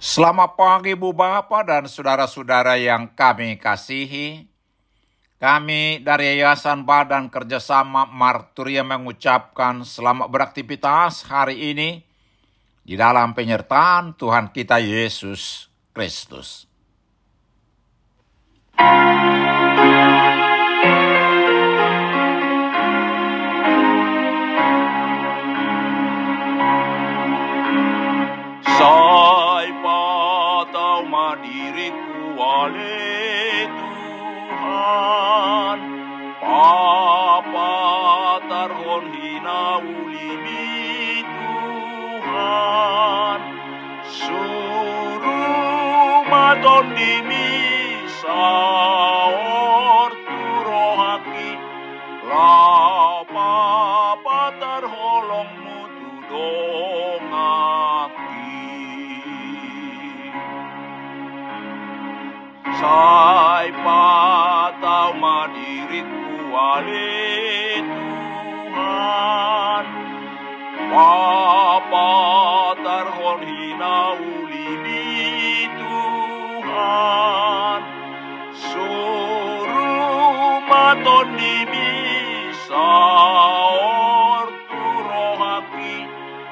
Selamat pagi Bu Bapak dan saudara-saudara yang kami kasihi. Kami dari Yayasan Badan Kerjasama Marturia mengucapkan selamat beraktivitas hari ini di dalam penyertaan Tuhan kita Yesus Kristus. Sai patau diriku oleh Tuhan, Papa tarhon hina ulimi Tuhan, suruh maton dimi saor turohaki, la Papa tarholong mutu dongaki. Sai patau diriku oleh Tuhan, Bapa tarhon hina ulimi Tuhan, suruh maton dimi saor turohaki,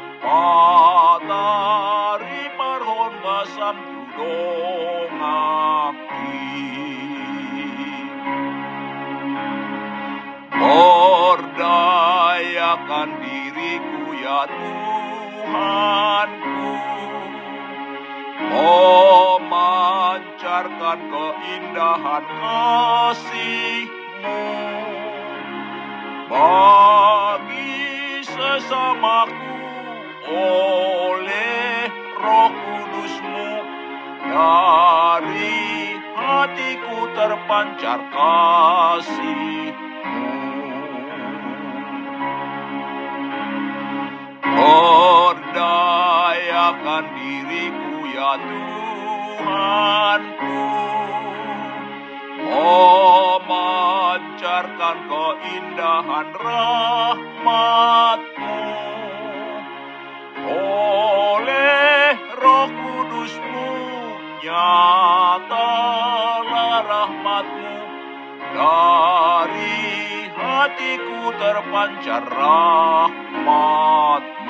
patari parhon basam tudongaki. Berdayakan diriku ya Tuhanku, memancarkan keindahan kasih-Mu bagi sesamaku oleh Roh Kudus-Mu. Dari hatiku terpancar kasih-Mu. Berdayakan diriku ya Tuhanku, memancarkan keindahan rahmat-Mu oleh Roh Kudus-Mu. Nyatalah rahmat-Mu, dari hatiku terpancar rahmat-Mu.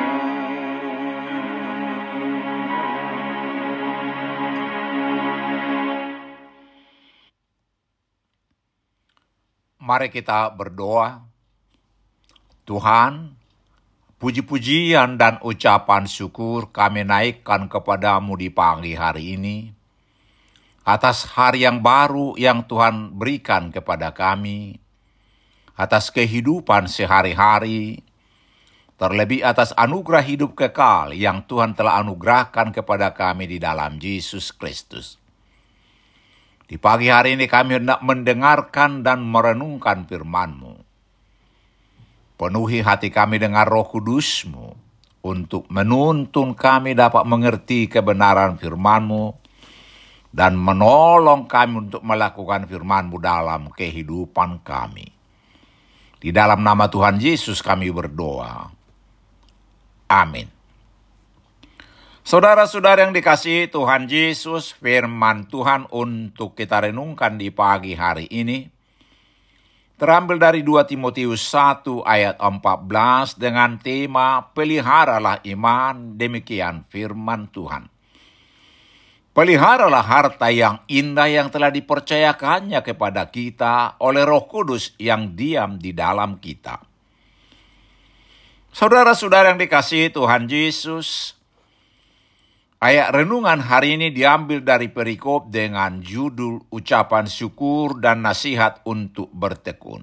Mari kita berdoa. Tuhan, puji-pujian dan ucapan syukur kami naikkan kepadamu di pagi hari ini, atas hari yang baru yang Tuhan berikan kepada kami, atas kehidupan sehari-hari, terlebih atas anugerah hidup kekal yang Tuhan telah anugerahkan kepada kami di dalam Yesus Kristus. Di pagi hari ini kami hendak mendengarkan dan merenungkan firman-Mu. Penuhi hati kami dengan Roh Kudus-Mu untuk menuntun kami dapat mengerti kebenaran firman-Mu dan menolong kami untuk melakukan firman-Mu dalam kehidupan kami. Di dalam nama Tuhan Yesus kami berdoa. Amin. Saudara-saudara yang dikasihi Tuhan Yesus, firman Tuhan untuk kita renungkan di pagi hari ini terambil dari 2 Timotius 1 ayat 14 dengan tema peliharalah iman, demikian firman Tuhan. Peliharalah harta yang indah yang telah dipercayakannya kepada kita oleh Roh Kudus yang diam di dalam kita. Saudara-saudara yang dikasihi Tuhan Yesus, ayat renungan hari ini diambil dari perikop dengan judul ucapan syukur dan nasihat untuk bertekun.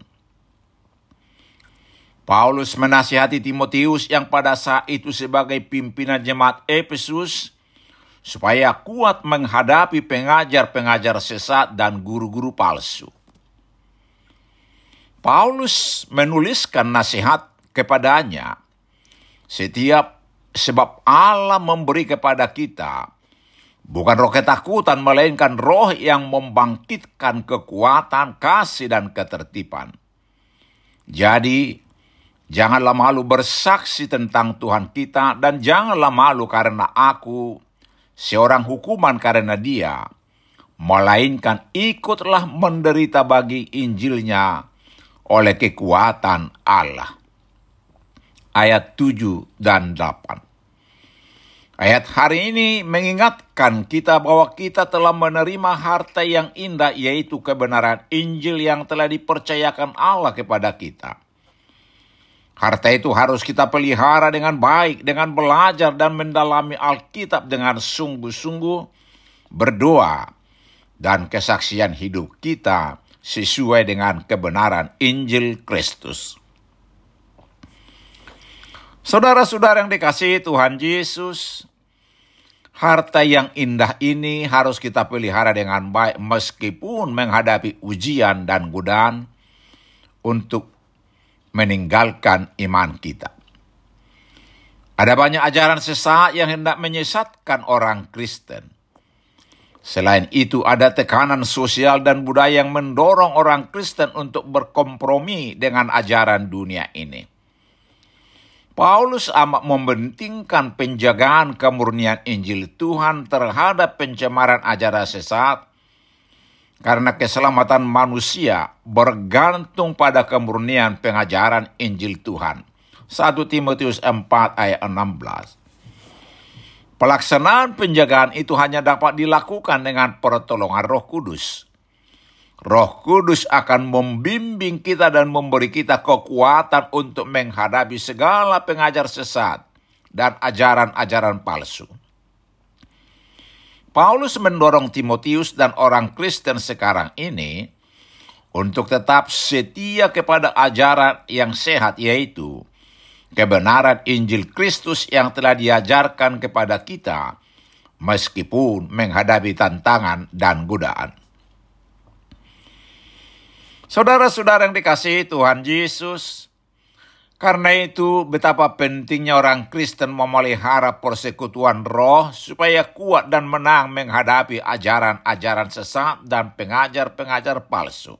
Paulus menasihati Timotius yang pada saat itu sebagai pimpinan jemaat Efesus supaya kuat menghadapi pengajar-pengajar sesat dan guru-guru palsu. Paulus menuliskan nasihat kepadanya, sebab Allah memberi kepada kita bukan roh ketakutan, melainkan roh yang membangkitkan kekuatan, kasih, dan ketertiban. Jadi, janganlah malu bersaksi tentang Tuhan kita, dan janganlah malu karena aku seorang hukuman karena dia, melainkan ikutlah menderita bagi Injilnya oleh kekuatan Allah. Ayat 7 dan 8. Ayat hari ini mengingatkan kita bahwa kita telah menerima harta yang indah, yaitu kebenaran Injil yang telah dipercayakan Allah kepada kita. Harta itu harus kita pelihara dengan baik, dengan belajar dan mendalami Alkitab dengan sungguh-sungguh, berdoa, dan kesaksian hidup kita sesuai dengan kebenaran Injil Kristus. Saudara-saudara yang dikasihi Tuhan Yesus, harta yang indah ini harus kita pelihara dengan baik meskipun menghadapi ujian dan godaan untuk meninggalkan iman kita. Ada banyak ajaran sesat yang hendak menyesatkan orang Kristen. Selain itu, ada tekanan sosial dan budaya yang mendorong orang Kristen untuk berkompromi dengan ajaran dunia ini. Paulus amat mementingkan penjagaan kemurnian Injil Tuhan terhadap pencemaran ajaran sesat, karena keselamatan manusia bergantung pada kemurnian pengajaran Injil Tuhan. 1 Timotius 4 ayat 16. Pelaksanaan penjagaan itu hanya dapat dilakukan dengan pertolongan Roh Kudus. Roh Kudus akan membimbing kita dan memberi kita kekuatan untuk menghadapi segala pengajar sesat dan ajaran-ajaran palsu. Paulus mendorong Timotius dan orang Kristen sekarang ini untuk tetap setia kepada ajaran yang sehat, yaitu kebenaran Injil Kristus yang telah diajarkan kepada kita meskipun menghadapi tantangan dan godaan. Saudara-saudara yang dikasihi Tuhan Yesus, karena itu betapa pentingnya orang Kristen memelihara persekutuan roh supaya kuat dan menang menghadapi ajaran-ajaran sesat dan pengajar-pengajar palsu.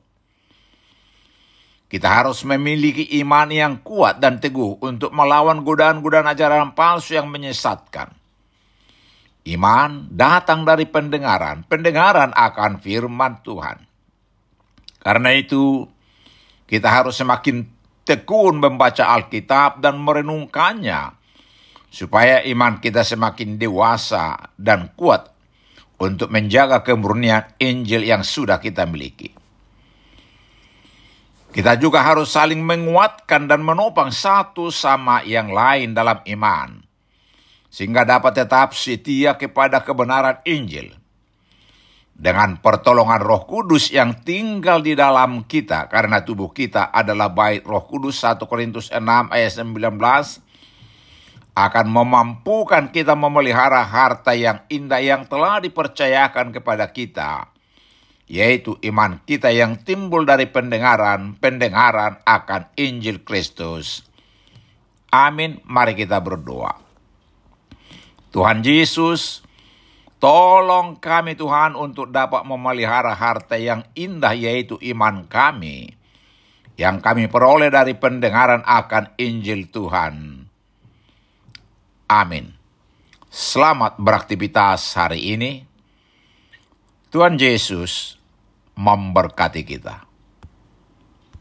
Kita harus memiliki iman yang kuat dan teguh untuk melawan godaan-godaan ajaran palsu yang menyesatkan. Iman datang dari pendengaran akan firman Tuhan. Karena itu, kita harus semakin tekun membaca Alkitab dan merenungkannya, supaya iman kita semakin dewasa dan kuat untuk menjaga kemurnian Injil yang sudah kita miliki. Kita juga harus saling menguatkan dan menopang satu sama yang lain dalam iman, sehingga dapat tetap setia kepada kebenaran Injil. Dengan pertolongan Roh Kudus yang tinggal di dalam kita, karena tubuh kita adalah bait Roh Kudus, 1 Korintus 6 ayat 19, akan memampukan kita memelihara harta yang indah yang telah dipercayakan kepada kita, yaitu iman kita yang timbul dari pendengaran akan Injil Kristus. Amin. Mari kita berdoa. Tuhan Yesus, tolong kami Tuhan untuk dapat memelihara harta yang indah, yaitu iman kami, yang kami peroleh dari pendengaran akan Injil Tuhan. Amin. Selamat beraktivitas hari ini. Tuhan Yesus memberkati kita.